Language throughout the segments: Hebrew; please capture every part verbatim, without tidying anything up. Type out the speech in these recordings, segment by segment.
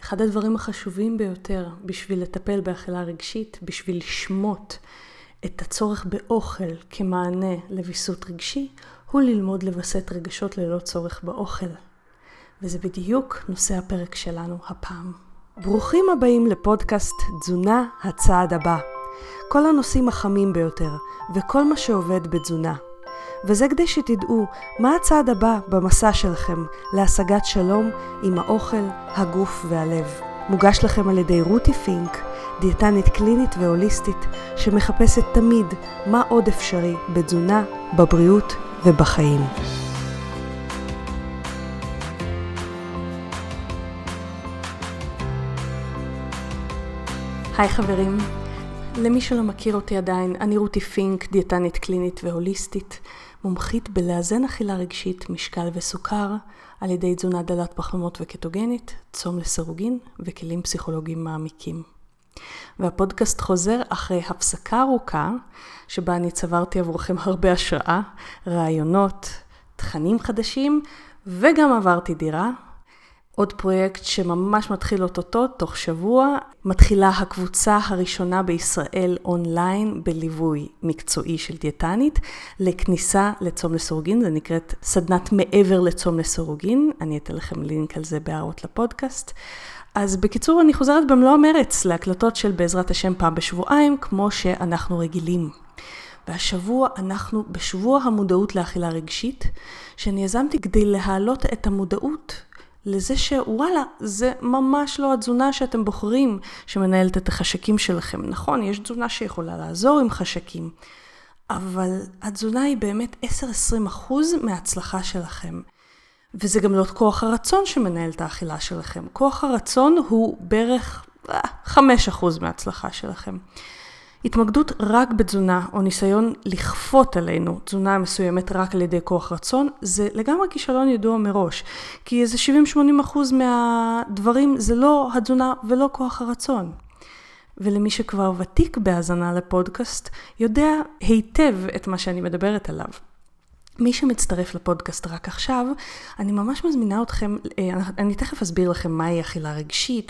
אחד הדברים החשובים ביותר בשביל לטפל באכילה רגשית, בשביל לשמות את הצורך באוכל כמענה לוויסות רגשי, הוא ללמוד לווסת רגשות ללא צורך באוכל. וזה בדיוק נושא הפרק שלנו הפעם. ברוכים הבאים לפודקאסט תזונה הצעד הבא. כל הנושאים החמים ביותר וכל מה שעובד בתזונה. וזה כדי שתדעו מה הצעד הבא במסע שלכם להשגת שלום עם האוכל, הגוף והלב. מוגש לכם על ידי רותי פינק, דיאטנית קלינית והוליסטית שמחפשת תמיד מה עוד אפשרי בתזונה, בבריאות ובחיים. היי חברים, למי שלא מכיר אותי עדיין, אני רותי פינק, דיאטנית קלינית והוליסטית, מומחית בלאזן אכילה רגשית, משקל וסוכר, על ידי תזונה דלת פחמימות וקטוגנית, צום לסירוגין וכלים פסיכולוגיים מעמיקים. והפודקאסט חוזר אחרי הפסקה ארוכה, שבה אני צברתי עבורכם הרבה השראה, רעיונות, תכנים חדשים, וגם עברתי דירה. עוד פרויקט שממש מתחיל אותו תוך שבוע, מתחילה הקבוצה הראשונה בישראל אונליין בליווי מקצועי של דיאטנית לכניסה לצום לסירוגין, זה נקראת סדנת מעבר לצום לסירוגין, אני אתן לכם לינק על זה בהערות לפודקאסט. אז בקיצור אני חוזרת במלוא המרץ להקלטות של בעזרת השם פעם בשבועיים כמו שאנחנו רגילים. והשבוע אנחנו בשבוע המודעות לאכילה רגשית, שאני יזמתי כדי להעלות את המודעות לזה שוואלה, זה ממש לא התזונה שאתם בוחרים שמנהלת את החשקים שלכם. נכון, יש תזונה שיכולה לעזור עם חשקים, אבל התזונה היא באמת עשר עד עשרים אחוז מההצלחה שלכם. וזה גם לא כוח הרצון שמנהל את האכילה שלכם. כוח הרצון הוא בערך חמישה אחוז מההצלחה שלכם. התמקדות רק בתזונה או ניסיון לכפות עלינו תזונה מסוימת רק על ידי כוח רצון, זה לגמרי כישלון ידוע מראש. כי איזה שבעים עד שמונים אחוז מהדברים זה לא התזונה ולא כוח הרצון. ולמי שכבר ותיק בהאזנה לפודקאסט יודע היטב את מה שאני מדברת עליו. מי שמצטרף לפודקאסט רק עכשיו, אני ממש מזמינה אתכם, אני תכף אסביר לכם מהי אכילה רגשית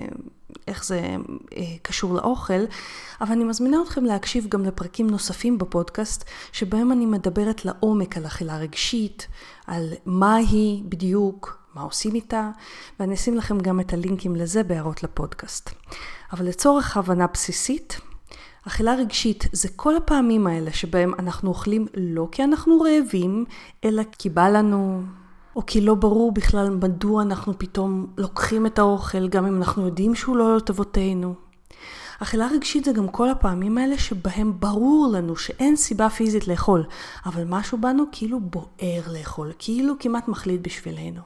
ואיך זה קשור לאוכל, אבל אני מזמינה אתכם להקשיב גם לפרקים נוספים בפודקאסט, שבהם אני מדברת לעומק על אכילה רגשית, על מה היא בדיוק, מה עושים איתה, ואני אשים לכם גם את הלינקים לזה בהערות לפודקאסט. אבל לצורך הבנה בסיסית, אכילה רגשית זה כל הפעמים האלה שבהם אנחנו אוכלים לא כי אנחנו רעבים, אלא כי בא לנו, או כי לא ברור בכלל מדוע אנחנו פתאום לוקחים את האוכל, גם אם אנחנו יודעים שהוא לא לטובתנו. אכילה רגשית זה גם כל הפעמים האלה שבהם ברור לנו שאין סיבה פיזית לאכול, אבל משהו בנו כאילו בוער לאכול, כאילו כמעט מחליט בשבילנו.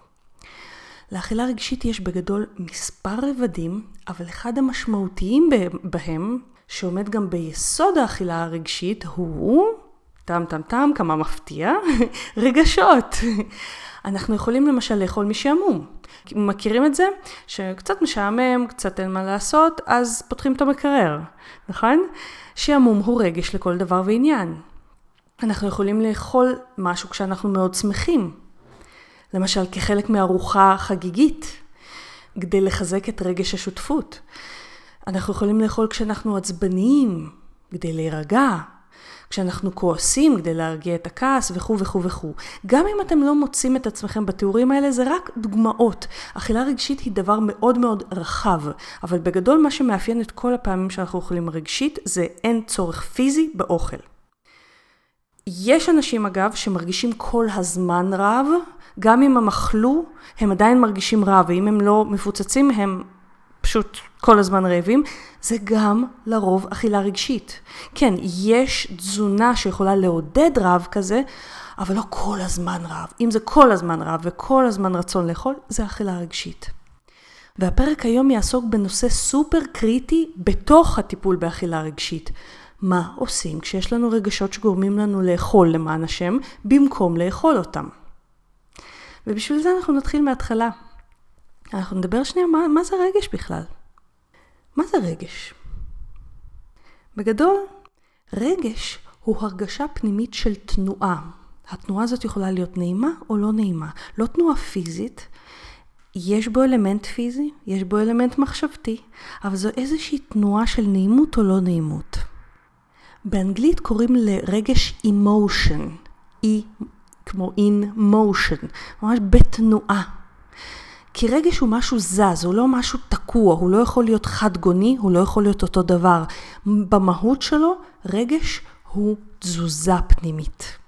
לאכילה רגשית יש בגדול מספר רבדים, אבל אחד המשמעותיים בהם, שעומד גם ביסוד האכילה הרגשית, הוא, טם טם טם, כמה מפתיע, רגשות. אנחנו יכולים למשל לאכול משעמום. מכירים את זה? שקצת משעמם, קצת אין מה לעשות, אז פותחים את המקרר, נכון? שעמום הוא רגש לכל דבר ועניין. אנחנו יכולים לאכול משהו כשאנחנו מאוד שמחים. למשל כחלק מארוחה חגיגית, כדי לחזק את רגש השותפות. אנחנו יכולים לאכול כשאנחנו עצבניים, כדי להירגע, כשאנחנו כועסים, כדי להרגיע את הכעס, וכו' וכו' וכו'. גם אם אתם לא מוצאים את עצמכם בתיאורים האלה, זה רק דוגמאות. אכילה רגשית היא דבר מאוד מאוד רחב, אבל בגדול מה שמאפיין את כל הפעמים שאנחנו אוכלים רגשית, זה אין צורך פיזי באוכל. יש אנשים אגב שמרגישים כל הזמן רעב, גם אם הם אכלו, הם עדיין מרגישים רעב, ואם הם לא מפוצצים, הם פשוט כל הזמן רעבים, זה גם לרוב אכילה רגשית. כן, יש תזונה שיכולה לעודד רעב כזה, אבל לא כל הזמן רעב. אם זה כל הזמן רעב וכל הזמן רצון לאכול, זה אכילה רגשית. והפרק היום יעסוק בנושא סופר קריטי בתוך הטיפול באכילה רגשית. מה עושים כשיש לנו רגשות שגורמים לנו לאכול למען השם, במקום לאכול אותם? ובשביל זה אנחנו נתחיל מההתחלה. אנחנו נדבר שנייה, מה, מה זה רגש בכלל? מה זה רגש? בגדול, רגש הוא הרגשה פנימית של תנועה. התנועה הזאת יכולה להיות נעימה או לא נעימה. לא תנועה פיזית, יש בו אלמנט פיזי, יש בו אלמנט מחשבתי, אבל זו איזושהי תנועה של נעימות או לא נעימות. באנגלית קוראים לרגש emotion, E כמו in motion, ממש בתנועה. כי רגש הוא משהו זז, הוא לא משהו תקוע, הוא לא יכול להיות חד גוני, הוא לא יכול להיות אותו דבר. במהות שלו, רגש הוא תזוזה פנימית.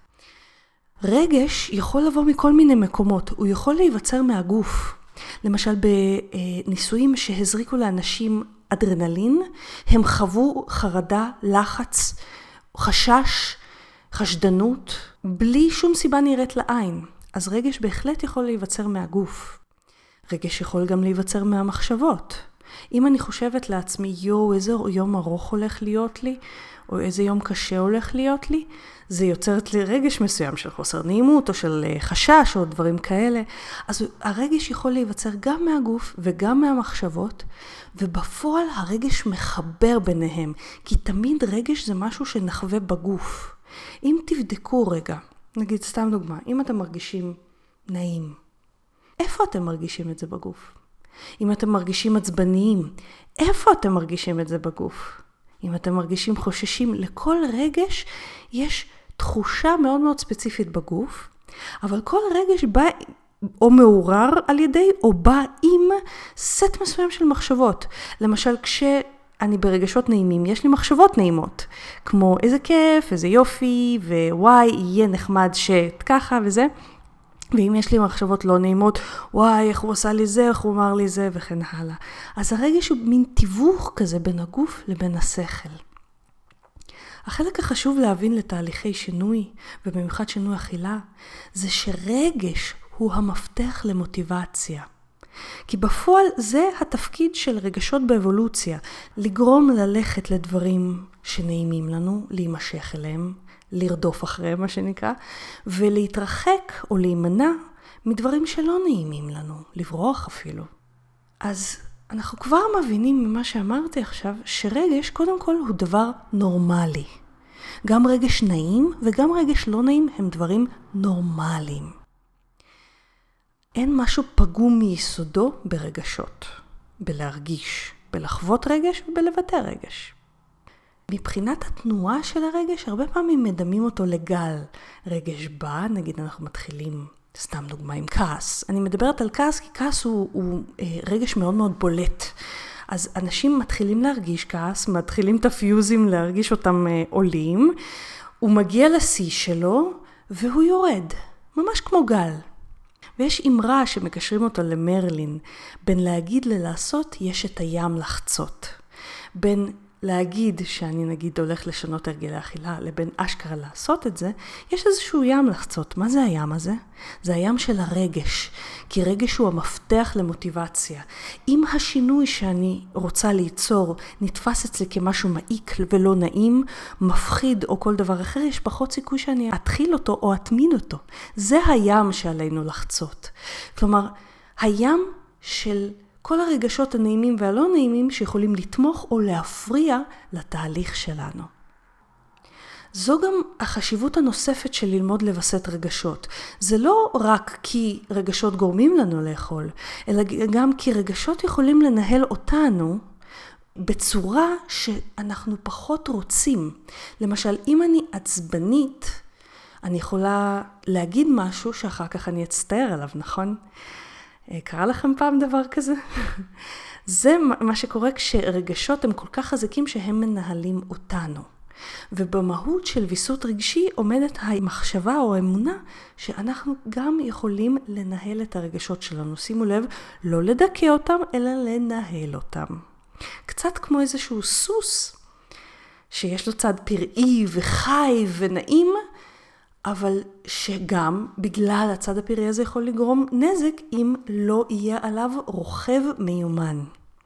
רגש יכול לבוא מכל מיני מקומות, הוא יכול להיווצר מהגוף. למשל בניסויים שהזריקו לאנשים אדרנלין, הם חוו חרדה, לחץ, חשש, חשדנות, בלי שום סיבה נראית לעין. אז רגש בהחלט יכול להיווצר מהגוף. רגש יכול גם להיווצר מהמחשבות. אם אני חושבת לעצמי, יו, איזה יום ארוך הולך להיות לי, או איזה יום קשה הולך להיות לי, זה יוצרת לי רגש מסוים של חוסר נעימות, או של חשש, או דברים כאלה. אז הרגש יכול להיווצר גם מהגוף, וגם מהמחשבות, ובפועל הרגש מחבר ביניהם, כי תמיד רגש זה משהו שנחווה בגוף. אם תבדקו רגע, נגיד סתם דוגמה, אם אתם מרגישים נעים, איפה אתם מרגישים את זה בגוף? אם אתם מרגישים עצבניים, איפה אתם מרגישים את זה בגוף? אם אתם מרגישים חוששים, לכל רגש יש תחושה מאוד מאוד ספציפית בגוף, אבל כל רגש בא או מעורר על ידי או בא עם סט מסוים של מחשבות. למשל, כשאני ברגשות נעימים, יש לי מחשבות נעימות, כמו איזה כיף, איזה יופי, ווואי, יהיה נחמד שככה וזה. ואם יש לי מחשבות לא נעימות, וואי, איך הוא עשה לי זה, איך הוא אמר לי זה, וכן הלאה. אז הרגש הוא מין תיווך כזה בין הגוף לבין השכל. החלק החשוב להבין לתהליכי שינוי, ובמיוחד שינוי אכילה, זה שרגש הוא המפתח למוטיבציה. כי בפועל זה התפקיד של רגשות באבולוציה, לגרום ללכת לדברים שנעימים לנו, להימשך אליהם, לרדוף אחריהם, מה שנקרא, ולהתרחק או להימנע מדברים שלא נעימים לנו, לברוח אפילו. אז אנחנו כבר מבינים ממה שאמרתי עכשיו, שרגש קודם כל הוא דבר נורמלי. גם רגש נעים וגם רגש לא נעים הם דברים נורמליים. אין משהו פגום מיסודו ברגשות, בלהרגיש, בלחוות רגש ובלבטא רגש. מבחינת התנועה של הרגש, הרבה פעמים מדמים אותו לגל. רגש בא, נגיד אנחנו מתחילים, סתם דוגמה עם כעס. אני מדברת על כעס, כי כעס הוא, הוא אה, רגש מאוד מאוד בולט. אז אנשים מתחילים להרגיש כעס, מתחילים את הפיוזים להרגיש אותם אה, עולים, הוא מגיע לשיא שלו, והוא יורד, ממש כמו גל. ויש אמרה שמקשרים אותו למרלין, בין להגיד ללעשות, יש את הים לחצות. בין להגיד שאני נגיד הולך לשנות הרגלי אכילה, לבין אשכרה לעשות את זה, יש איזשהו ים לחצות. מה זה הים הזה? זה הים של הרגש, כי רגש הוא המפתח למוטיבציה. אם השינוי שאני רוצה ליצור נתפס אצלי כמשהו מעיק ולא נעים, מפחיד או כל דבר אחר, יש פחות סיכוי שאני אתחיל אותו או אתמיד אותו. זה הים שעלינו לחצות. כלומר, הים של כל הרגשות הנעימים והלא נעימים שיכולים לתמוך או להפריע לתהליך שלנו. זו גם החשיבות הנוספת של ללמוד לבסט רגשות. זה לא רק כי רגשות גורמים לנו לאכול, אלא גם כי רגשות יכולים לנהל אותנו בצורה שאנחנו פחות רוצים. למשל, אם אני עצבנית, אני יכולה להגיד משהו שאחר כך אני אצטער עליו, נכון? קרה לכם פעם דבר כזה? זה מה שקורה כשרגשות הם כל כך חזקים שהם מנהלים אותנו. ובמהות של ויסות רגשי עומדת המחשבה או האמונה שאנחנו גם יכולים לנהל את הרגשות שלנו. שימו לב, לא לדכא אותם, אלא לנהל אותם. קצת כמו איזשהו סוס, שיש לו צד פראי וחי ונעים, אבל שגם בגלל הצד הפראי הזה יכול לגרום נזק אם לא יהיה עליו רוכב מיומן.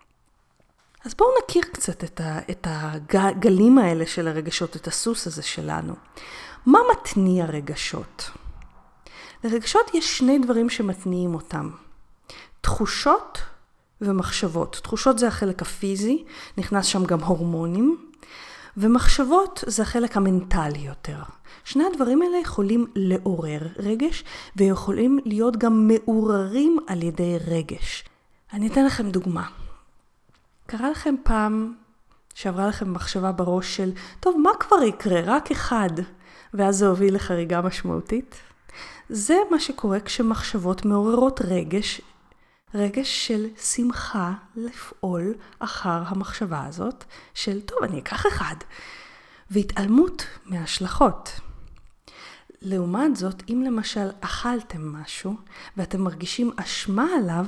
אז בואו נכיר קצת את, ה, את הגלים האלה של הרגשות, את הסוס הזה שלנו. מה מתניע רגשות? לרגשות יש שני דברים שמתניעים אותם. תחושות ומחשבות. תחושות זה החלק הפיזי, נכנס שם גם הורמונים, ומחשבות זה החלק המנטלי יותר. שני הדברים האלה יכולים לעורר רגש, ויכולים להיות גם מעוררים על ידי רגש. אני אתן לכם דוגמה. קרה לכם פעם שעברה לכם מחשבה בראש של, טוב, מה כבר יקרה? רק אחד. ואז זה הוביל לחריגה משמעותית. זה מה שקורה כשמחשבות מעוררות רגש, רגש של שמחה לפעול אחר המחשבה הזאת, של טוב, אני אקח אחד. והתעלמות מההשלכות. לעומת זאת, אם למשל אכלתם משהו, ואתם מרגישים אשמה עליו,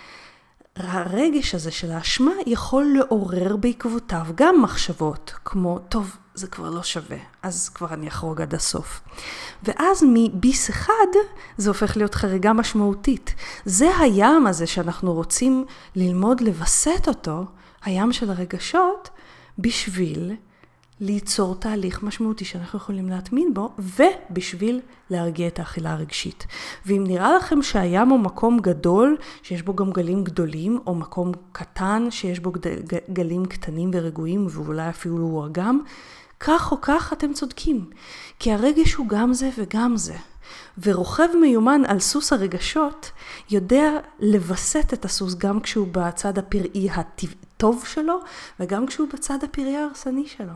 הרגש הזה של האשמה יכול לעורר בעקבותיו גם מחשבות, כמו, טוב, זה כבר לא שווה, אז כבר אני אחרוג עד הסוף. ואז מביס אחד, זה הופך להיות חריגה משמעותית. זה הים הזה שאנחנו רוצים ללמוד לבסט אותו, הים של הרגשות, בשביל ליצור תהליך משמעותי שאנחנו יכולים להתמין בו, ובשביל להרגיע את האכילה הרגשית. ואם נראה לכם שהים הוא מקום גדול, שיש בו גם גלים גדולים, או מקום קטן, שיש בו גלים קטנים ורגועים, ואולי אפילו הוא אגם, כך או כך אתם צודקים. כי הרגש הוא גם זה וגם זה. ורוכב מיומן על סוס הרגשות, יודע לבסט את הסוס גם כשהוא בצד הפראי הטוב שלו, וגם כשהוא בצד הפראי ההרסני שלו.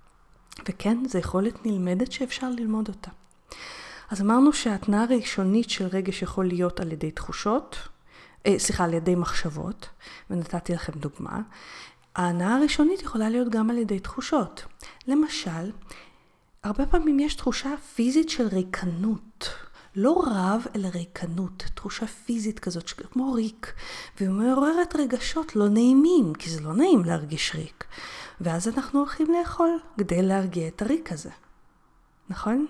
וכן, זו יכולת נלמדת שאפשר ללמוד אותה. אז אמרנו שההתנאה הראשונית של רגש יכול להיות על ידי תחושות, אה, סליחה, על ידי מחשבות, ונתתי לכם דוגמה. ההתנאה הראשונית יכולה להיות גם על ידי תחושות. למשל, הרבה פעמים יש תחושה פיזית של ריקנות. לא רב, אלא ריקנות, תחושה פיזית כזאת, כמו ריק, והיא מעוררת רגשות לא נעימים, כי זה לא נעים להרגיש ריק. ואז אנחנו הולכים לאכול כדי להרגיע את הריק הזה. נכון?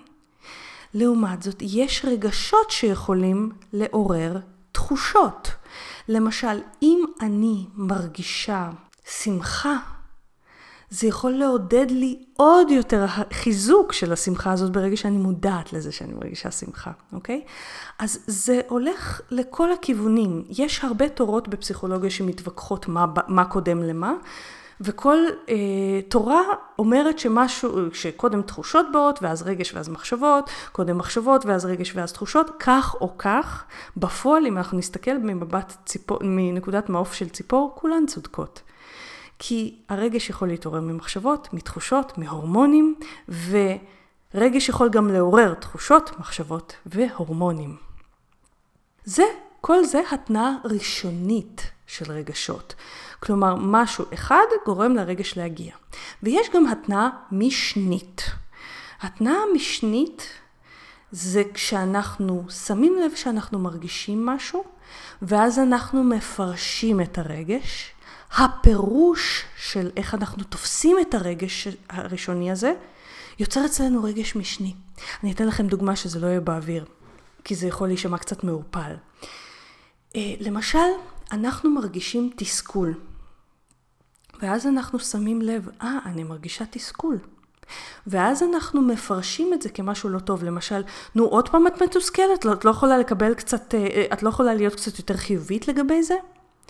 לעומת זאת, יש רגשות שיכולים לעורר תחושות. למשל, אם אני מרגישה שמחה, זה יכול לעודד לי עוד יותר חיזוק של השמחה הזאת ברגע שאני מודעת לזה שאני מרגישה שמחה, אוקיי? אז זה הולך לכל הכיוונים. יש הרבה תורות בפסיכולוגיה שמתווכחות מה, מה קודם למה, וכל אה, תורה אומרת שמשהו, שקודם תחושות באות, ואז רגש ואז מחשבות, קודם מחשבות ואז רגש ואז תחושות, כך או כך, בפועל אם אנחנו נסתכל ממבט ציפור, מנקודת מעוף של ציפור, כולן צודקות. כי הרגש יכול להתעורר ממחשבות, מתחושות, מהורמונים, ורגש יכול גם לעורר תחושות, מחשבות והורמונים. זה, כל זה התנאה ראשונית של רגשות. כלומר, משהו אחד גורם לרגש להגיע. ויש גם התנאה משנית. התנאה המשנית זה כשאנחנו שמים לב שאנחנו מרגישים משהו, ואז אנחנו מפרשים את הרגש. הפירוש של איך אנחנו תופסים את הרגש הראשוני הזה, יוצר אצלנו רגש משני. אני אתן לכם דוגמה שזה לא יהיה באוויר, כי זה יכול להישמע קצת מעורפל. למשל, אנחנו מרגישים תסכול. ואז אנחנו שמים לב, אה, אני מרגישה תסכול. ואז אנחנו מפרשים את זה כמשהו לא טוב. למשל, נו, עוד פעם את מתוסכלת, את לא יכולה לקבל קצת, את לא יכולה להיות קצת יותר חיובית לגבי זה?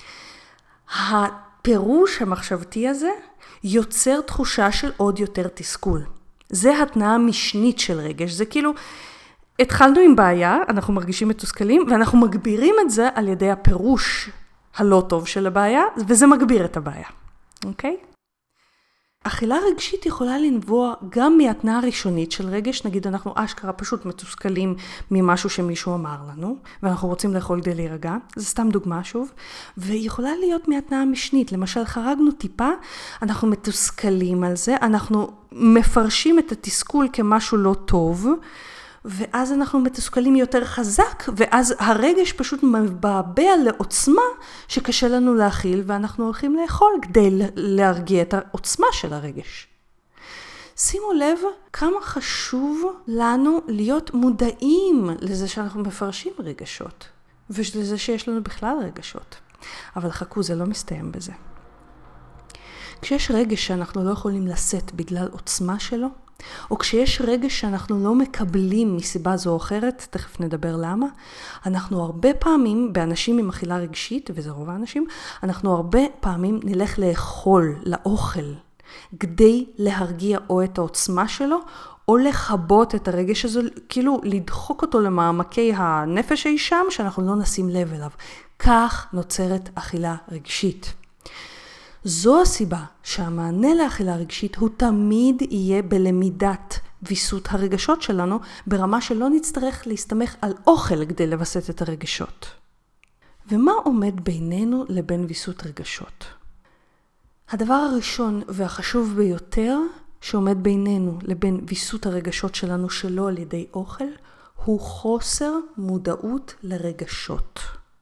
הפירוש המחשבתי הזה יוצר תחושה של עוד יותר תסכול. זה התנאה המשנית של רגש. זה כאילו, התחלנו עם בעיה, אנחנו מרגישים מתוסכלים, ואנחנו מגבירים את זה על ידי הפירוש הלא טוב של הבעיה, וזה מגביר את הבעיה. אוקיי? אכילה רגשית יכולה לנבוע גם מהתנאה הראשונית של רגש, נגיד אנחנו אשכרה פשוט מתוסכלים ממשהו שמישהו אמר לנו, ואנחנו רוצים לאכול כדי להירגע, זה סתם דוגמה שוב, והיא יכולה להיות מהתנאה המשנית, למשל חרגנו טיפה, אנחנו מתוסכלים על זה, אנחנו מפרשים את התסכול כמשהו לא טוב, ואז אנחנו מתוסכלים יותר חזק, ואז הרגש פשוט מבעבע לעוצמה שקשה לנו להכיל, ואנחנו הולכים לאכול כדי להרגיע את העוצמה של הרגש. שימו לב כמה חשוב לנו להיות מודעים לזה שאנחנו מפרשים רגשות, ולזה שיש לנו בכלל רגשות. אבל חכו, זה לא מסתיים בזה. כשיש רגש שאנחנו לא יכולים לשאת בגלל עוצמה שלו, או כשיש רגש שאנחנו לא מקבלים מסיבה זו או אחרת, תכף נדבר למה, אנחנו הרבה פעמים, באנשים עם אכילה רגשית, וזה רוב האנשים, אנחנו הרבה פעמים נלך לאכול, לאוכל, כדי להרגיע או את העוצמה שלו, או לחבות את הרגש הזה, כאילו לדחוק אותו למעמקי הנפש אי שם, שאנחנו לא נשים לב אליו. כך נוצרת אכילה רגשית. זו הסיבה שהמענה לאכילה רגשית הוא תמיד יהיה בלמידת ויסות הרגשות שלנו, ברמה שלא נצטרך להסתמך על אוכל כדי לבסט את הרגשות. ומה עומד בינינו לבין ויסות רגשות? הדבר הראשון והחשוב ביותר שעומד בינינו לבין ויסות הרגשות שלנו שלא על ידי אוכל, הוא חוסר מודעות לרגשות.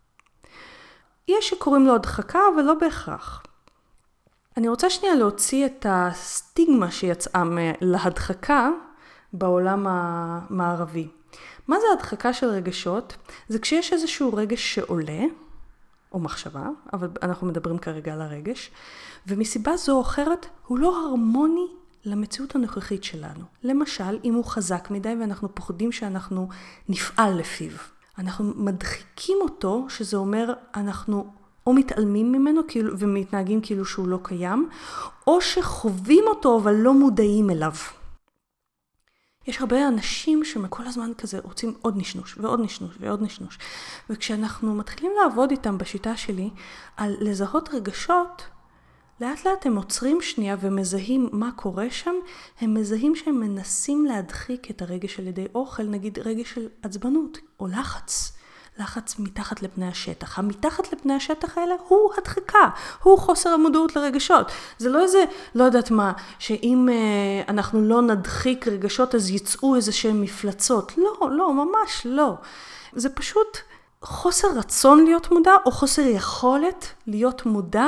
יש שקוראים לו הדחקה, אבל לא בהכרח. אני רוצה שנייה להוציא את הסטיגמה שיצאה להדחקה בעולם המערבי. מה זה הדחקה של רגשות? זה כשיש איזשהו רגש שעולה, או מחשבה, אבל אנחנו מדברים כרגע על הרגש, ומסיבה זו או אחרת הוא לא הרמוני למציאות הנוכחית שלנו. למשל, אם הוא חזק מדי ואנחנו פוחדים שאנחנו נפעל לפיו. אנחנו מדחיקים אותו, שזה אומר אנחנו או מתעלמים ממנו ומתנהגים כאילו שהוא לא קיים, או שחווים אותו אבל לא מודעים אליו. יש הרבה אנשים שכל הזמן כזה רוצים עוד נשנוש ועוד נשנוש ועוד נשנוש. וכשאנחנו מתחילים לעבוד איתם בשיטה שלי על לזהות רגשות, לאט לאט הם עוצרים שנייה ומזהים מה קורה שם. הם מזהים שהם מנסים להדחיק את הרגש על ידי אוכל, נגיד רגש של עצבנות או לחץ. לחץ מתחת לפני השטח. המתחת לפני השטח האלה הוא הדחקה, הוא חוסר המודעות לרגשות. זה לא איזה, לא יודעת מה, שאם אה, אנחנו לא נדחיק רגשות אז יצאו איזה שהן מפלצות. לא, לא, ממש לא. זה פשוט חוסר רצון להיות מודע, או חוסר יכולת להיות מודע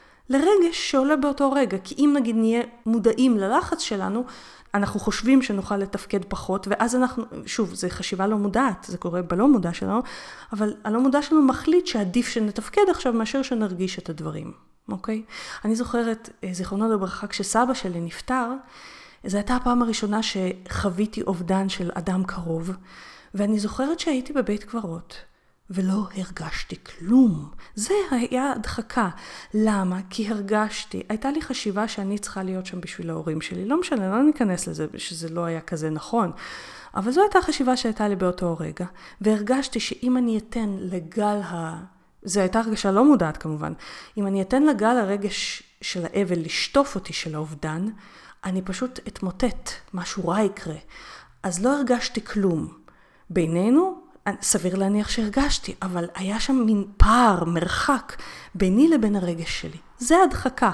לרגש שעולה באותו רגע. כי אם נגיד נהיה מודעים ללחץ שלנו, אנחנו חושבים שנוכל לתפקד פחות, ואז אנחנו, שוב, זה חשיבה לא מודעת, זה קורה בלא מודע שלנו, אבל הלא מודע שלנו מחליט שעדיף שנתפקד עכשיו מאשר שנרגיש את הדברים, אוקיי? אני זוכרת, זיכרונו לברכה, כשסבא שלי נפטר, זו הייתה הפעם הראשונה שחוויתי אובדן של אדם קרוב, ואני זוכרת שהייתי בבית קברות, ולא הרגשתי כלום. זה היה הדחקה. למה? כי הרגשתי. הייתה לי חשיבה שאני צריכה להיות שם בשביל ההורים שלי. לא משנה, לא ניכנס לזה, שזה לא היה כזה נכון. אבל זו הייתה חשיבה שהייתה לי באותו רגע. והרגשתי שאם אני אתן לגל ה... זו הייתה הרגשה לא מודעת כמובן. אם אני אתן לגל הרגש של האבל לשטוף אותי של האובדן, אני פשוט אתמוטט, משהו רע יקרה. אז לא הרגשתי כלום. בינינו, סביר להניח שהרגשתי, אבל היה שם מין פער, מרחק, ביני לבין הרגש שלי. זה הדחקה.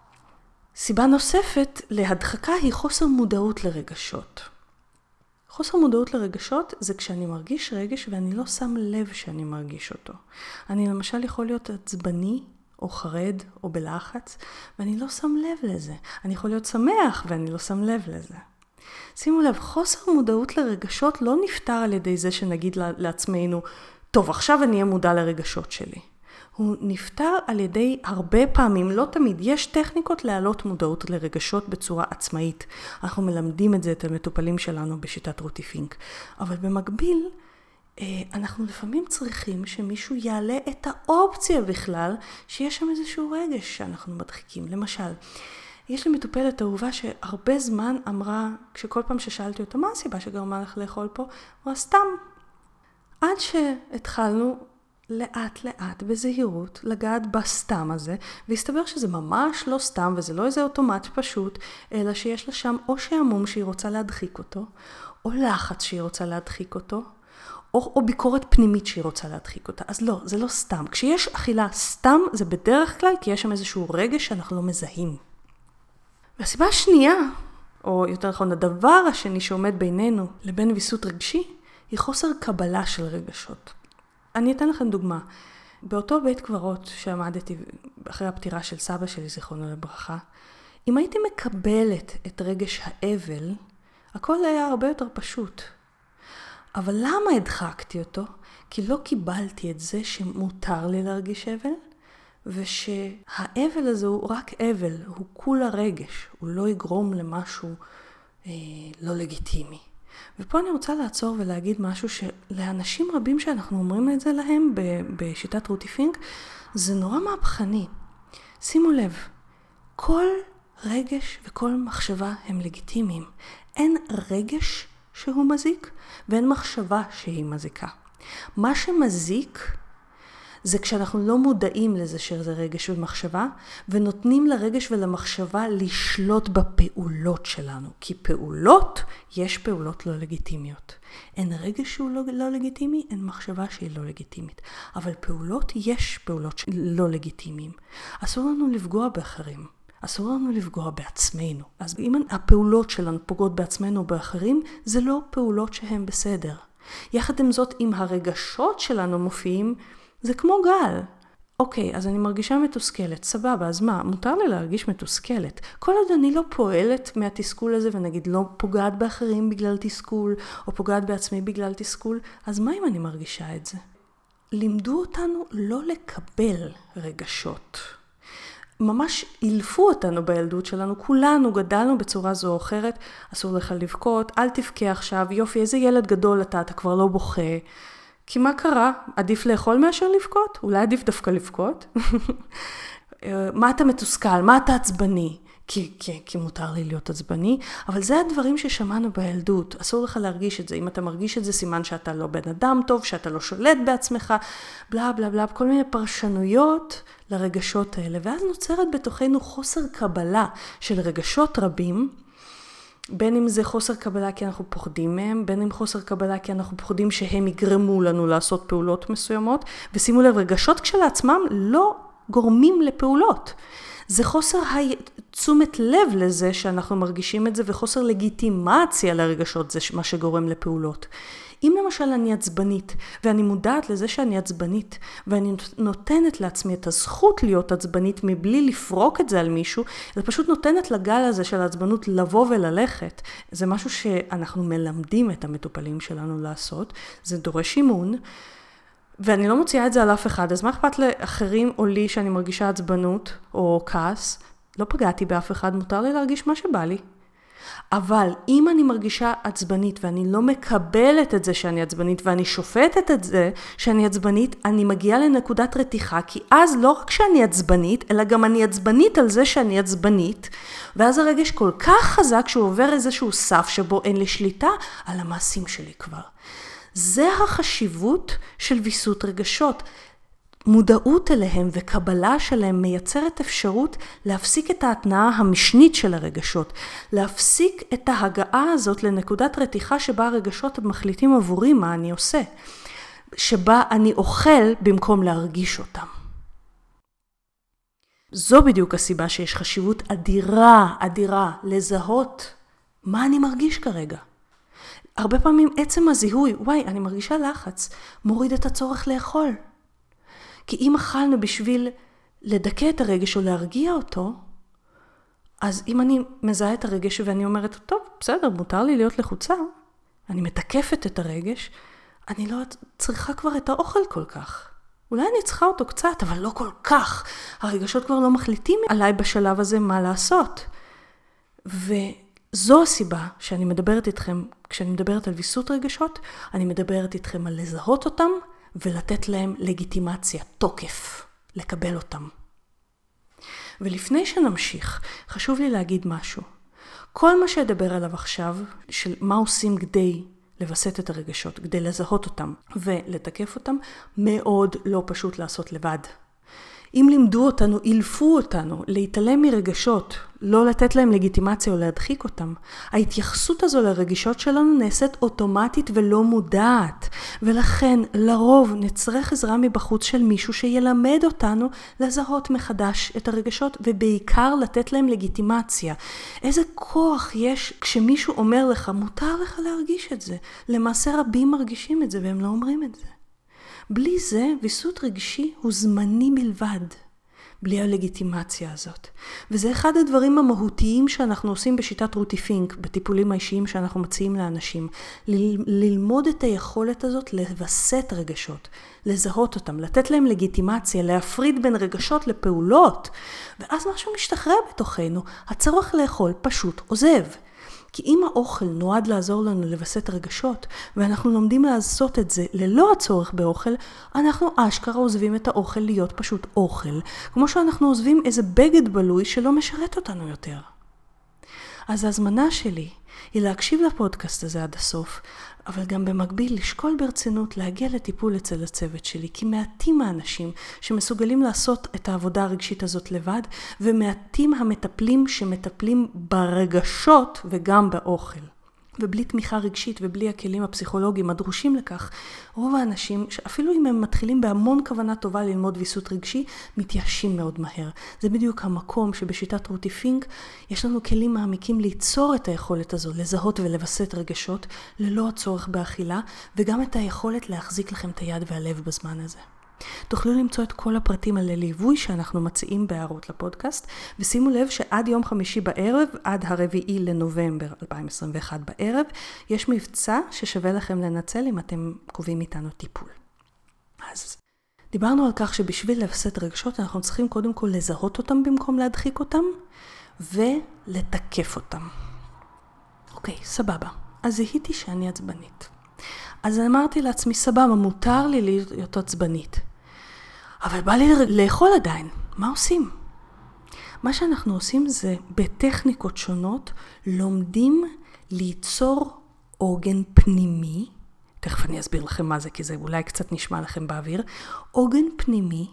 סיבה נוספת להדחקה היא חוסר מודעות לרגשות. חוסר מודעות לרגשות זה כשאני מרגיש רגש ואני לא שם לב שאני מרגיש אותו. אני למשל יכול להיות עצבני או חרד או בלחץ, ואני לא שם לב לזה. אני יכול להיות שמח ואני לא שם לב לזה. שימו לב, חוסר מודעות לרגשות לא נפטר על ידי זה שנגיד לעצמנו, טוב, עכשיו אני אהיה מודע לרגשות שלי. הוא נפטר על ידי הרבה פעמים, לא תמיד, יש טכניקות להעלות מודעות לרגשות בצורה עצמאית. אנחנו מלמדים את זה את המטופלים שלנו בשיטת רותי פינק. אבל במקביל, אנחנו לפעמים צריכים שמישהו יעלה את האופציה בכלל, שיש שם איזשהו רגש שאנחנו מדחיקים. למשל, יש לי מטופלת אהובה שהרבה זמן אמרה, כשכל פעם ששאלתי אותה, מה הסיבה שגרמה לך לאכול פה? הוא סתם. עד שהתחלנו לאט לאט בזהירות לגעת בסתם הזה, והסתבר שזה ממש לא סתם, וזה לא איזה אוטומט פשוט, אלא שיש לה שם או שעמום שהיא רוצה להדחיק אותו, או לחץ שהיא רוצה להדחיק אותו, או, או ביקורת פנימית שהיא רוצה להדחיק אותה. אז לא, זה לא סתם. כשיש אכילה סתם, זה בדרך כלל כי יש שם איזשהו רגש שאנחנו לא מזהים. והסיבה השנייה, או יותר נכון, הדבר השני שעומד בינינו לבין ויסות רגשי, היא חוסר קבלה של רגשות. אני אתן לכם דוגמה. באותו בית קברות שעמדתי אחרי הפטירה של סבא שלי, זיכרונו לברכה, אם הייתי מקבלת את רגש האבל, הכל היה הרבה יותר פשוט. אבל למה הדחקתי אותו? כי לא קיבלתי את זה שמותר לי להרגיש אבל, ושהאבל הזה הוא רק אבל, הוא כולה רגש, הוא לא יגרום למשהו אה, לא לגיטימי. ופה אני רוצה לעצור ולהגיד משהו שלאנשים רבים שאנחנו אומרים את זה להם בשיטת רותי פינק, זה נורא מהפכני. שימו לב, כל רגש וכל מחשבה הם לגיטימיים. אין רגש שהוא מזיק ואין מחשבה שהיא מזיקה. מה שמזיק זה כשאנחנו לא מודעים לזה שזה רגש ומחשבה, ונותנים לרגש ולמחשבה לשלוט בפעולות שלנו. כי פעולות, יש פעולות לא לגיטימיות. אין רגש שהוא לא, לא לגיטימי, אין מחשבה שהיא לא לגיטימית. אבל פעולות, יש פעולות לא לגיטימיים. אסור לנו לפגוע באחרים. אסור לנו לפגוע בעצמנו. אז אם הפעולות שלנו פוגעות בעצמנו או באחרים, זה לא פעולות שהן בסדר. יחד עם זאת, אם הרגשות שלנו מופיעים, זה כמו גל. אוקיי, אז אני מרגישה מתוסכלת, סבבה, אז מה? מותר לי להרגיש מתוסכלת. כל עוד אני לא פועלת מהתסכול הזה, ונגיד לא פוגעת באחרים בגלל תסכול, או פוגעת בעצמי בגלל תסכול, אז מה אם אני מרגישה את זה? לימדו אותנו לא לקבל רגשות. ממש אילפו אותנו בילדות שלנו, כולנו גדלנו בצורה זו או אחרת, אסור לך לבכות, אל תבכה עכשיו, יופי, איזה ילד גדול אתה, אתה כבר לא בוכה. כי מה קרה? עדיף לאכול מאשר לבכות? אולי עדיף דווקא לבכות? מה אתה מתוסכל? מה אתה עצבני? כי, כי, כי מותר לי להיות עצבני, אבל זה הדברים ששמענו בילדות. אסור לך להרגיש את זה. אם אתה מרגיש את זה, סימן שאתה לא בן אדם טוב, שאתה לא שולט בעצמך, בלה בלה בלה, כל מיני פרשנויות לרגשות האלה. ואז נוצרת בתוכנו חוסר קבלה של רגשות רבים, בין אם זה חוסר קבלה כי אנחנו פוחדים מהם, בין אם חוסר קבלה כי אנחנו פוחדים שהם יגרמו לנו לעשות פעולות מסוימות, ושימו לב, רגשות כשלעצמם לא גורמים לפעולות. זה חוסר תשומת לב לזה שאנחנו מרגישים את זה, וחוסר לגיטימציה לרגשות, זה מה שגורם לפעולות. אם למשל אני עצבנית, ואני מודעת לזה שאני עצבנית, ואני נותנת לעצמי את הזכות להיות עצבנית מבלי לפרוק את זה על מישהו, זה פשוט נותנת לגל הזה של העצבנות לבוא וללכת. זה משהו שאנחנו מלמדים את המטופלים שלנו לעשות, זה דורש אימון, ואני לא מוציאה את זה על אף אחד, אז מה אכפת לאחרים או לי שאני מרגישה עצבנות או כעס? לא פגעתי באף אחד, מותר לי להרגיש מה שבא לי. אבל אם אני מרגישה עצבנית ואני לא מקבלת את זה שאני עצבנית ואני שופטת את זה שאני עצבנית, אני מגיעה לנקודת רתיחה, כי אז לא רק שאני עצבנית, אלא גם אני עצבנית על זה שאני עצבנית, ואז הרגש כל כך חזק שהוא עובר איזשהו סף שבו אין לי שליטה על המעשים שלי כבר. זה החשיבות של ויסות רגשות. מודעות אליהם וקבלה שלהם מייצרת אפשרות להפסיק את ההתנאה המשנית של הרגשות, להפסיק את ההגעה הזאת לנקודת רתיחה שבה הרגשות מחליטים עבורי מה אני עושה, שבה אני אוכל במקום להרגיש אותם. זו בדיוק הסיבה שיש חשיבות אדירה, אדירה, לזהות מה אני מרגיש כרגע. הרבה פעמים עצם הזיהוי, וואי, אני מרגישה לחץ, מוריד את הצורך לאכול. כי אם אכלנו בשביל לדכא את הרגש או להרגיע אותו, אז אם אני מזהה את הרגש ואני אומרת, טוב, בסדר, מותר לי להיות לחוצה, אני מתקפת את הרגש, אני לא צריכה כבר את האוכל כל כך. אולי אני צריכה אותו קצת, אבל לא כל כך. הרגשות כבר לא מחליטים עליי בשלב הזה מה לעשות. וזו הסיבה שאני מדברת איתכם, כשאני מדברת על ויסות רגשות, אני מדברת איתכם על לזהות אותם, ולתת להם לגיטימציה, תוקף, לקבל אותם. ולפני שנמשיך, חשוב לי להגיד משהו. כל מה שאדבר עליו עכשיו, של מה עושים כדי לבסט את הרגשות, כדי לזהות אותם ולתקף אותם, מאוד לא פשוט לעשות לבד. אם לימדו אותנו, אילפו אותנו, להתעלם מרגשות, לא לתת להם לגיטימציה או להדחיק אותם, ההתייחסות הזו לרגשות שלנו נעשית אוטומטית ולא מודעת, ולכן לרוב נצטרך עזרה מבחוץ של מישהו שילמד אותנו לזהות מחדש את הרגשות, ובעיקר לתת להם לגיטימציה. איזה כוח יש כשמישהו אומר לך, מותר לך להרגיש את זה. למעשה רבים מרגישים את זה והם לא אומרים את זה. בלי זה, ויסות רגשי הוא זמני בלבד, בלי הלגיטימציה הזאת. וזה אחד הדברים המהותיים שאנחנו עושים בשיטת רותי פינק, בטיפולים האישיים שאנחנו מציעים לאנשים. ל- ללמוד את היכולת הזאת לבסט רגשות, לזהות אותם, לתת להם לגיטימציה, להפריד בין רגשות לפעולות. ואז משהו משתחרר בתוכנו, הצורך לאכול פשוט עוזב. כי אם האוכל נועד לעזור לנו לבסט רגשות, ואנחנו לומדים לעשות את זה ללא הצורך באוכל, אנחנו אשכרה עוזבים את האוכל להיות פשוט אוכל, כמו שאנחנו עוזבים איזה בגד בלוי שלא משרת אותנו יותר. אז ההזמנה שלי היא להקשיב לפודקאסט הזה עד הסוף, אבל גם במקביל לשקול ברצינות להגיע לטיפול אצל הצוות שלי, כי מעטים האנשים שמסוגלים לעשות את העבודה הרגשית הזאת לבד, ומעטים המטפלים שמטפלים ברגשות וגם באוכל. ובלי תמיכה רגשית ובלי הכלים הפסיכולוגיים הדרושים לכך, רוב האנשים, שאפילו אם הם מתחילים בהמון כוונה טובה ללמוד ויסות רגשי, מתייאשים מאוד מהר. זה בדיוק המקום שבשיטת רותי פינק יש לנו כלים מעמיקים ליצור את היכולת הזו, לזהות ולבסט רגשות, ללא הצורך באכילה, וגם את היכולת להחזיק לכם את היד והלב בזמן הזה. תוכלו למצוא את כל הפרטים על הליווי שאנחנו מציעים בהערות לפודקאסט, ושימו לב שעד יום חמישי בערב, עד הרביעי לנובמבר אלפיים עשרים ואחת בערב, יש מבצע ששווה לכם לנצל אם אתם קובעים איתנו טיפול. אז דיברנו על כך שבשביל לבסט רגשות אנחנו צריכים קודם כל לזהות אותם במקום להדחיק אותם, ולתקף אותם. אוקיי, סבבה. אז זיהיתי שאני עצבנית. אז אמרתי לעצמי, סבבה, מותר לי להיות עצבנית. אבל בא לי לאכול עדיין. מה עושים? מה שאנחנו עושים זה בטכניקות שונות, לומדים ליצור עוגן פנימי. תכף אני אסביר לכם מה זה, כי זה אולי קצת נשמע לכם באוויר. עוגן פנימי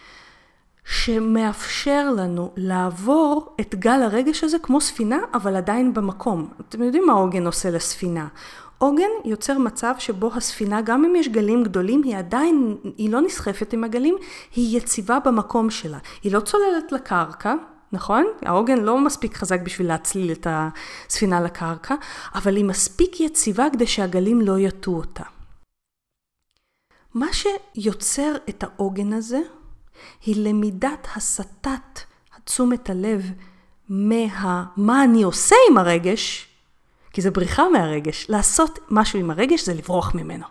שמאפשר לנו לעבור את גל הרגש הזה כמו ספינה, אבל עדיין במקום. אתם יודעים מה עוגן עושה לספינה? עוגן יוצר מצב שבו הספינה, גם אם יש גלים גדולים, היא עדיין, היא לא נסחפת עם הגלים, היא יציבה במקום שלה. היא לא צוללת לקרקע, נכון? העוגן לא מספיק חזק בשביל להצליל את הספינה לקרקע, אבל היא מספיק יציבה כדי שהגלים לא יטו אותה. מה שיוצר את העוגן הזה, היא למידת הסטת תשומת הלב מה, מה אני עושה עם הרגש, כי זה בריחה מהרגש. לעשות משהו עם הרגש זה לברוח ממנו.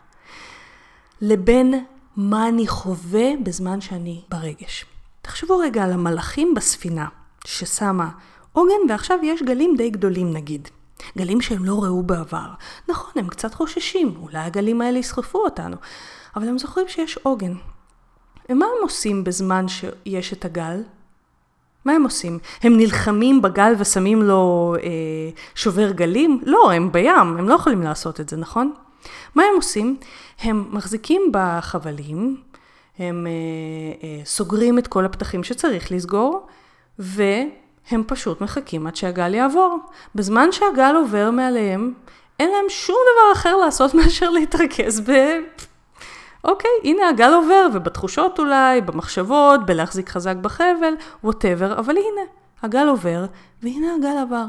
לבין מה אני חווה בזמן שאני ברגש. תחשבו רגע על המלאכים בספינה ששמה עוגן, ועכשיו יש גלים די גדולים נגיד. גלים שהם לא ראו בעבר. נכון, הם קצת חוששים. אולי הגלים האלה יסחפו אותנו. אבל הם זוכרים שיש עוגן. ומה הם עושים בזמן שיש את הגל? מה הם עושים? הם נלחמים בגל ושמים לו אה, שובר גלים? לא, הם בים, הם לא יכולים לעשות את זה, נכון? מה הם עושים? הם מחזיקים בחבלים, הם אה, אה, סוגרים את כל הפתחים שצריך לסגור, והם פשוט מחכים עד שהגל יעבור. בזמן שהגל עובר מעליהם, אין להם שום דבר אחר לעשות מאשר להתרכז ב... אוקיי, הנה הגל עובר, ובתחושות אולי, במחשבות, בלהחזיק חזק בחבל, whatever, אבל הנה, הגל עובר, והנה הגל עבר.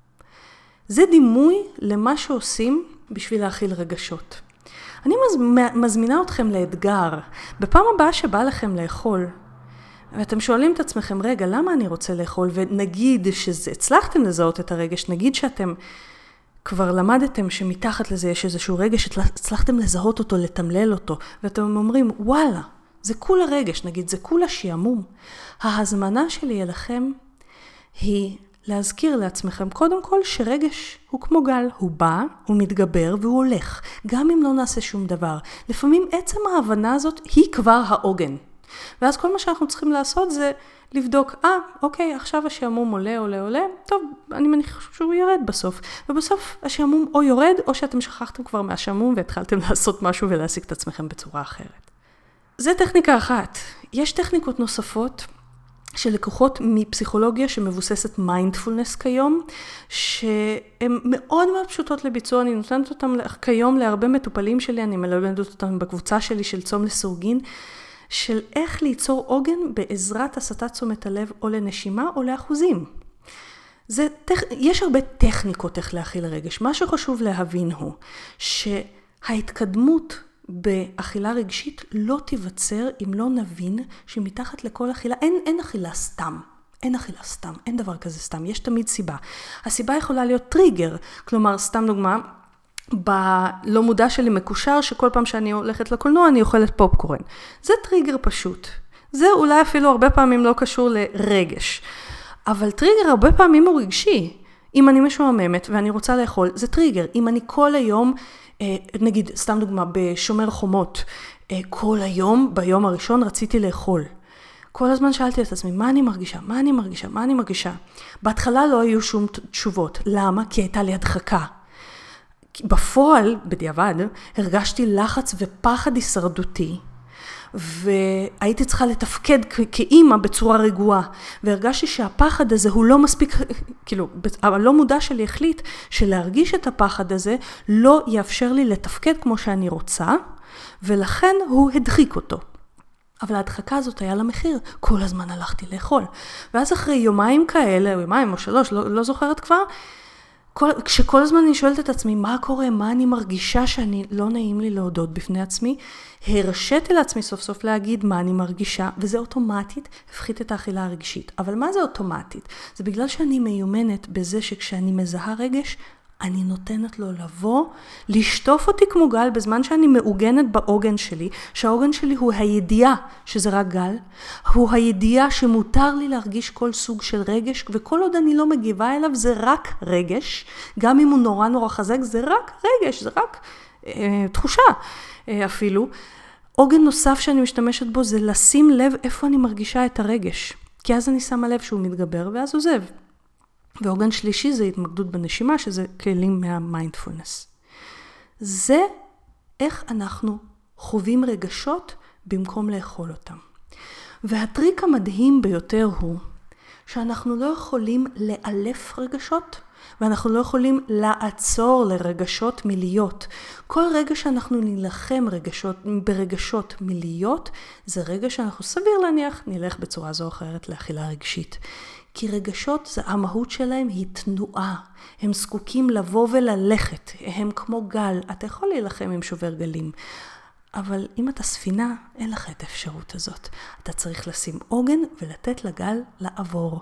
זה דימוי למה שעושים בשביל להכיל רגשות. אני מזמינה אתכם לאתגר. בפעם הבאה שבא לכם לאכול, ואתם שואלים את עצמכם, רגע, למה אני רוצה לאכול? ונגיד שהצלחתם לזהות את הרגש, נגיד שאתם כבר למדתם שמתחת לזה יש איזשהו רגש, הצלחתם לזהות אותו, לתמלל אותו, ואתם אומרים, וואלה, זה כולה רגש, נגיד, זה כולה שיעמום. ההזמנה שלי אליכם היא להזכיר לעצמכם, קודם כל, שרגש הוא כמו גל, הוא בא, הוא מתגבר והוא הולך, גם אם לא נעשה שום דבר. לפעמים עצם ההבנה הזאת היא כבר העוגן. ואז כל מה שאנחנו צריכים לעשות זה לבדוק, אה, אוקיי, עכשיו השעמום עולה, עולה, עולה, טוב, אני מניח שהוא ירד בסוף. ובסוף השעמום או יורד, או שאתם שכחתם כבר מהשעמום והתחלתם לעשות משהו ולהשיג את עצמכם בצורה אחרת. זה טכניקה אחת. יש טכניקות נוספות שלקוחות מפסיכולוגיה שמבוססת מיינדפולנס כיום, שהן מאוד מאוד פשוטות לביצוע. אני נותנת אותם כיום להרבה מטופלים שלי, אני מלמדת אותם בקבוצה שלי של צום לסורגין, של איך ליצור עוגן בעזרת הסטת תשומת הלב או לנשימה או לאחוזים. זה, יש הרבה טכניקות איך להכיל רגש. מה שחשוב להבין הוא שההתקדמות באכילה רגשית לא תיווצר אם לא נבין שמתחת לכל אכילה, אין, אין אכילה סתם. אין אכילה סתם, אין דבר כזה סתם, יש תמיד סיבה. הסיבה יכולה להיות טריגר, כלומר, סתם דוגמה, בלא מודע שלי מקושר שכל פעם שאני הולכת לקולנוע אני אוכלת פופקורן. זה טריגר פשוט. זה אולי אפילו הרבה פעמים לא קשור לרגש. אבל טריגר הרבה פעמים הוא רגשי. אם אני משועממת ואני רוצה לאכול, זה טריגר. אם אני כל היום, נגיד, סתם דוגמה, בשומר חומות, כל היום, ביום הראשון רציתי לאכול. כל הזמן שאלתי את עצמי, מה אני מרגישה? מה אני מרגישה? מה אני מרגישה? בהתחלה לא היו שום תשובות. למה? כי הייתה לי הדחקה. בפועל, בדיעבד, הרגשתי לחץ ופחד הישרדותי, והייתי צריכה לתפקד כאימא בצורה רגועה, והרגשתי שהפחד הזה הוא לא מספיק, כאילו, אבל לא מודע שלי החליט שלהרגיש את הפחד הזה לא יאפשר לי לתפקד כמו שאני רוצה, ולכן הוא הדחיק אותו. אבל ההדחקה הזאת היה לה מחיר, כל הזמן הלכתי לאכול. ואז אחרי יומיים כאלה, או יומיים או שלוש, לא, לא זוכרת כבר, כל, כשכל הזמן אני שואלת את עצמי, מה קורה, מה אני מרגישה שאני לא נעים לי להודות בפני עצמי, הרשיתי לעצמי סוף סוף להגיד מה אני מרגישה, וזה אוטומטית הפחית את האכילה הרגשית. אבל מה זה אוטומטית? זה בגלל שאני מיומנת בזה שכשאני מזהה רגש, אני נותנת לו לבוא, לשטוף אותי כמו גל, בזמן שאני מעוגנת בעוגן שלי, שהעוגן שלי הוא הידיעה שזה רק גל, הוא הידיעה שמותר לי להרגיש כל סוג של רגש, וכל עוד אני לא מגיבה אליו זה רק רגש, גם אם הוא נורא נורא חזק, זה רק רגש, זה רק אה, תחושה אה, אפילו. עוגן נוסף שאני משתמשת בו זה לשים לב איפה אני מרגישה את הרגש, כי אז אני שמה לב שהוא מתגבר ואז עוזב. ועוגן שלישי זה התמקדות בנשימה, שזה כלים מהמיינדפולנס. זה איך אנחנו חווים רגשות במקום לאכול אותם. והטריק המדהים ביותר הוא שאנחנו לא יכולים לאלף רגשות, ואנחנו לא יכולים לעצור לרגשות מלהיות. כל רגע שאנחנו נלחם רגשות, ברגשות מלהיות, זה רגע שאנחנו סביר להניח נלך בצורה זו או אחרת לאכילה רגשית. כי רגשות, זה המהות שלהם היא תנועה. הם זקוקים לבוא וללכת. הם כמו גל. אתה יכול להילחם עם שובר גלים. אבל אם אתה ספינה, אין לך את האפשרות הזאת. אתה צריך לשים עוגן ולתת לגל לעבור.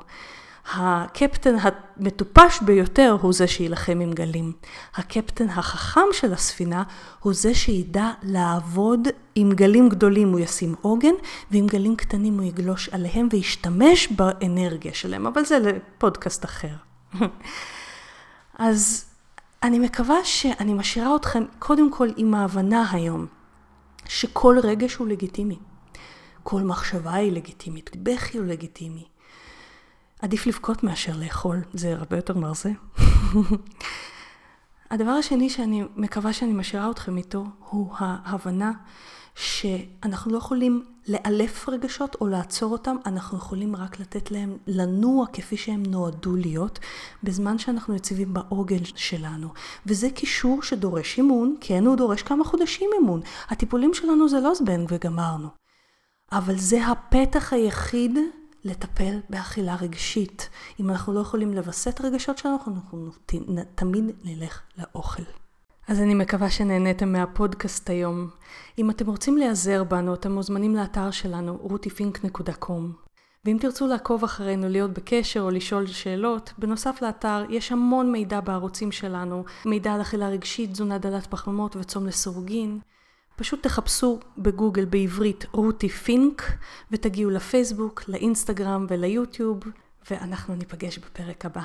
הקפטן המטופש ביותר הוא זה שילחם עם גלים. הקפטן החכם של הספינה הוא זה שידע לעבוד עם גלים גדולים, הוא ישים עוגן, ועם גלים קטנים הוא יגלוש עליהם וישתמש באנרגיה שלהם. אבל זה לפודקאסט אחר. אז אני מקווה שאני משאירה אתכם קודם כל עם ההבנה היום, שכל רגש הוא לגיטימי. כל מחשבה היא לגיטימית, בכי הוא לגיטימי. עדיף לבכות מאשר לאכול, זה הרבה יותר מרזה. הדבר השני שאני מקווה שאני משאירה אתכם איתו, הוא ההבנה שאנחנו לא יכולים לאלף רגשות או לעצור אותם, אנחנו יכולים רק לתת להם לנוע כפי שהם נועדו להיות, בזמן שאנחנו יציבים בעוגן שלנו. וזה קישור שדורש אימון, כן הוא דורש כמה חודשים אימון. הטיפולים שלנו זה לא זבנג וגמרנו. אבל זה הפתח היחיד לטפל באכילה רגשית. אם אנחנו לא יכולים לבסט רגשות שלנו, אנחנו תמיד נלך לאוכל. אז אני מקווה שנהניתם מהפודקאסט היום. אם אתם רוצים להיעזר בנו, אתם מוזמנים לאתר שלנו, רותי פינק נקודה קום. ואם תרצו לעקוב אחרינו, להיות בקשר או לשאול שאלות, בנוסף לאתר יש המון מידע בערוצים שלנו, מידע על אכילה רגשית, תזונה דלת פחמימות וצום לסירוגין. פשוט תחפשו בגוגל בעברית רותי פינק, ותגיעו לפייסבוק, לאינסטגרם וליוטיוב, ואנחנו ניפגש בפרק הבא.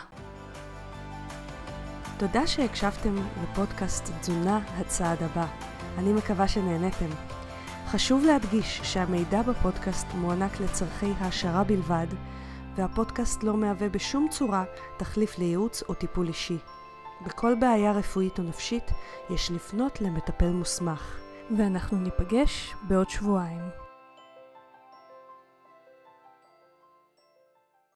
תודה שהקשבתם לפודקאסט תזונה הצעד הבא. אני מקווה שנהנתם. חשוב להדגיש שהמידע בפודקאסט מוענק לצרכי העשרה בלבד, והפודקאסט לא מהווה בשום צורה תחליף לייעוץ או טיפול אישי. בכל בעיה רפואית או נפשית יש לפנות למטפל מוסמך. ואנחנו ניפגש בעוד שבועיים.